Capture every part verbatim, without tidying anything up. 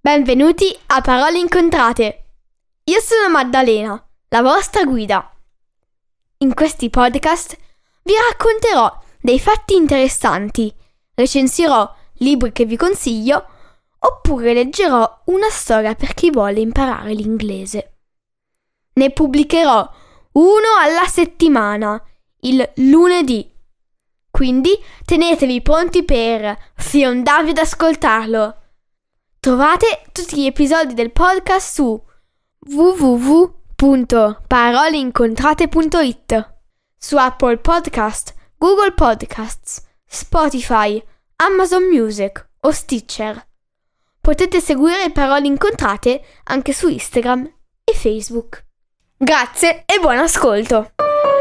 Benvenuti a Parole Incontrate. Io sono Maddalena, la vostra guida. In questi podcast vi racconterò dei fatti interessanti, recensirò libri che vi consiglio, oppure leggerò una storia per chi vuole imparare l'inglese. Ne pubblicherò uno alla settimana, il lunedì. Quindi tenetevi pronti per fiondarvi ad ascoltarlo. Trovate tutti gli episodi del podcast su w w w punto parole incontrate punto i t, su Apple Podcast, Google Podcasts, Spotify, Amazon Music o Stitcher. Potete seguire Parole Incontrate anche su Instagram e Facebook. Grazie e buon ascolto!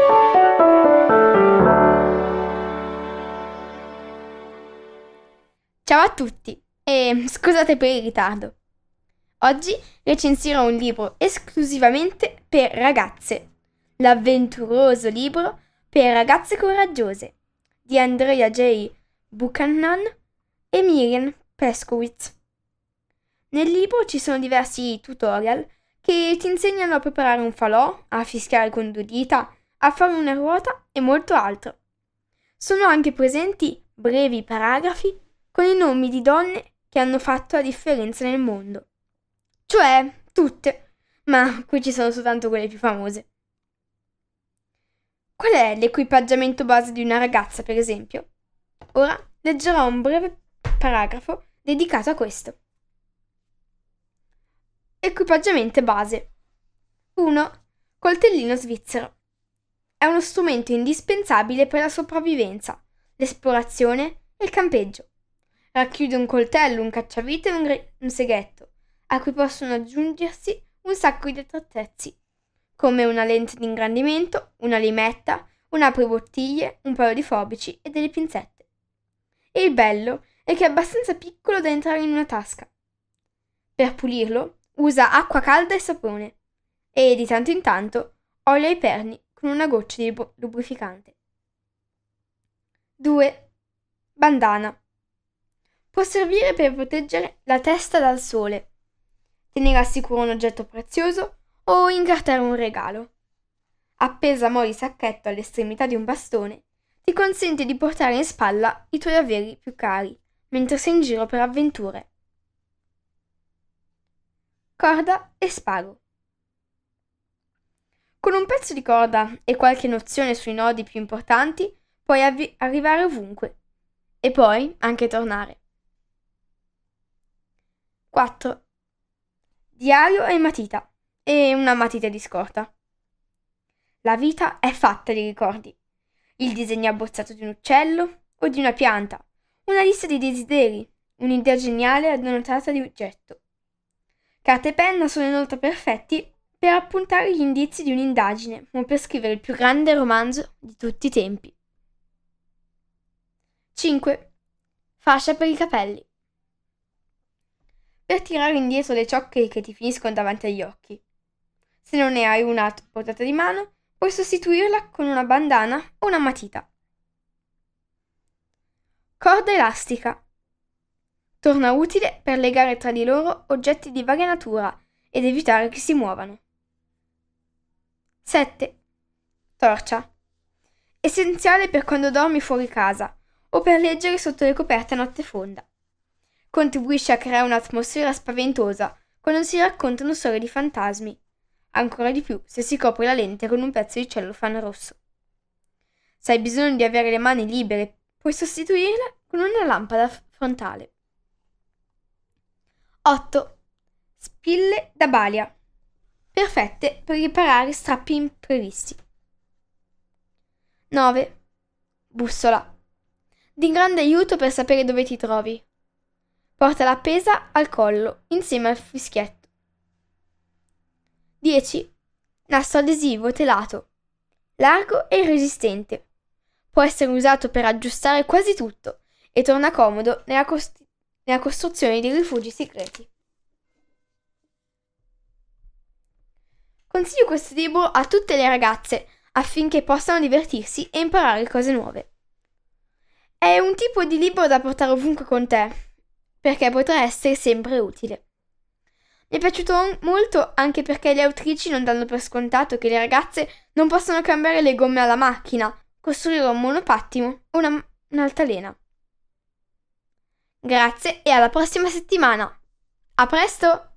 Ciao a tutti e scusate per il ritardo. Oggi recensirò un libro esclusivamente per ragazze, l'avventuroso libro per ragazze coraggiose di Andrea J. Buchanan e Miriam Peskowitz. Nel libro ci sono diversi tutorial che ti insegnano a preparare un falò, a fischiare con due dita, a fare una ruota e molto altro. Sono anche presenti brevi paragrafi con i nomi di donne che hanno fatto la differenza nel mondo. Cioè, tutte, ma qui ci sono soltanto quelle più famose. Qual è l'equipaggiamento base di una ragazza, per esempio? Ora leggerò un breve paragrafo dedicato a questo. Equipaggiamento base. uno. Coltellino svizzero. È uno strumento indispensabile per la sopravvivenza, l'esplorazione e il campeggio. Racchiude un coltello, un cacciavite e un, gre- un seghetto, a cui possono aggiungersi un sacco di attrezzi, come una lente di ingrandimento, una limetta, un apribottiglie, un paio di forbici e delle pinzette. E il bello è che è abbastanza piccolo da entrare in una tasca. Per pulirlo usa acqua calda e sapone e di tanto in tanto olio ai perni con una goccia di bu- lubrificante. due. Bandana. Può servire per proteggere la testa dal sole, tenere al sicuro un oggetto prezioso o incartare un regalo. Appesa a mo' di sacchetto all'estremità di un bastone, ti consente di portare in spalla i tuoi averi più cari mentre sei in giro per avventure. Corda e spago. Con un pezzo di corda e qualche nozione sui nodi più importanti puoi avvi- arrivare ovunque e poi anche tornare. quattro. Diario e matita e una matita di scorta. La vita è fatta di ricordi. Il disegno abbozzato di un uccello o di una pianta, una lista di desideri, un'idea geniale annotata di oggetto. Carta e penna sono inoltre perfetti per appuntare gli indizi di un'indagine o per scrivere il più grande romanzo di tutti i tempi. cinque. Fascia per i capelli. Per tirare indietro le ciocche che ti finiscono davanti agli occhi. Se non ne hai una a portata di mano, puoi sostituirla con una bandana o una matita. Corda elastica. Torna utile per legare tra di loro oggetti di varia natura ed evitare che si muovano. sette. Torcia. Essenziale per quando dormi fuori casa o per leggere sotto le coperte a notte fonda. Contribuisce a creare un'atmosfera spaventosa quando si raccontano storie di fantasmi, ancora di più se si copre la lente con un pezzo di cellofan rosso. Se hai bisogno di avere le mani libere, puoi sostituirla con una lampada frontale. otto. Spille da balia. Perfette per riparare strappi imprevisti. nove. Bussola. Di grande aiuto per sapere dove ti trovi. Portala appesa al collo insieme al fischietto. dieci. Nastro adesivo telato. Largo e resistente. Può essere usato per aggiustare quasi tutto e torna comodo nella, cost- nella costruzione di rifugi segreti. Consiglio questo libro a tutte le ragazze affinché possano divertirsi e imparare cose nuove. È un tipo di libro da portare ovunque con te, perché potrà essere sempre utile. Mi è piaciuto molto anche perché le autrici non danno per scontato che le ragazze non possono cambiare le gomme alla macchina, costruire un monopattino o una, un'altalena. Grazie e alla prossima settimana. A presto!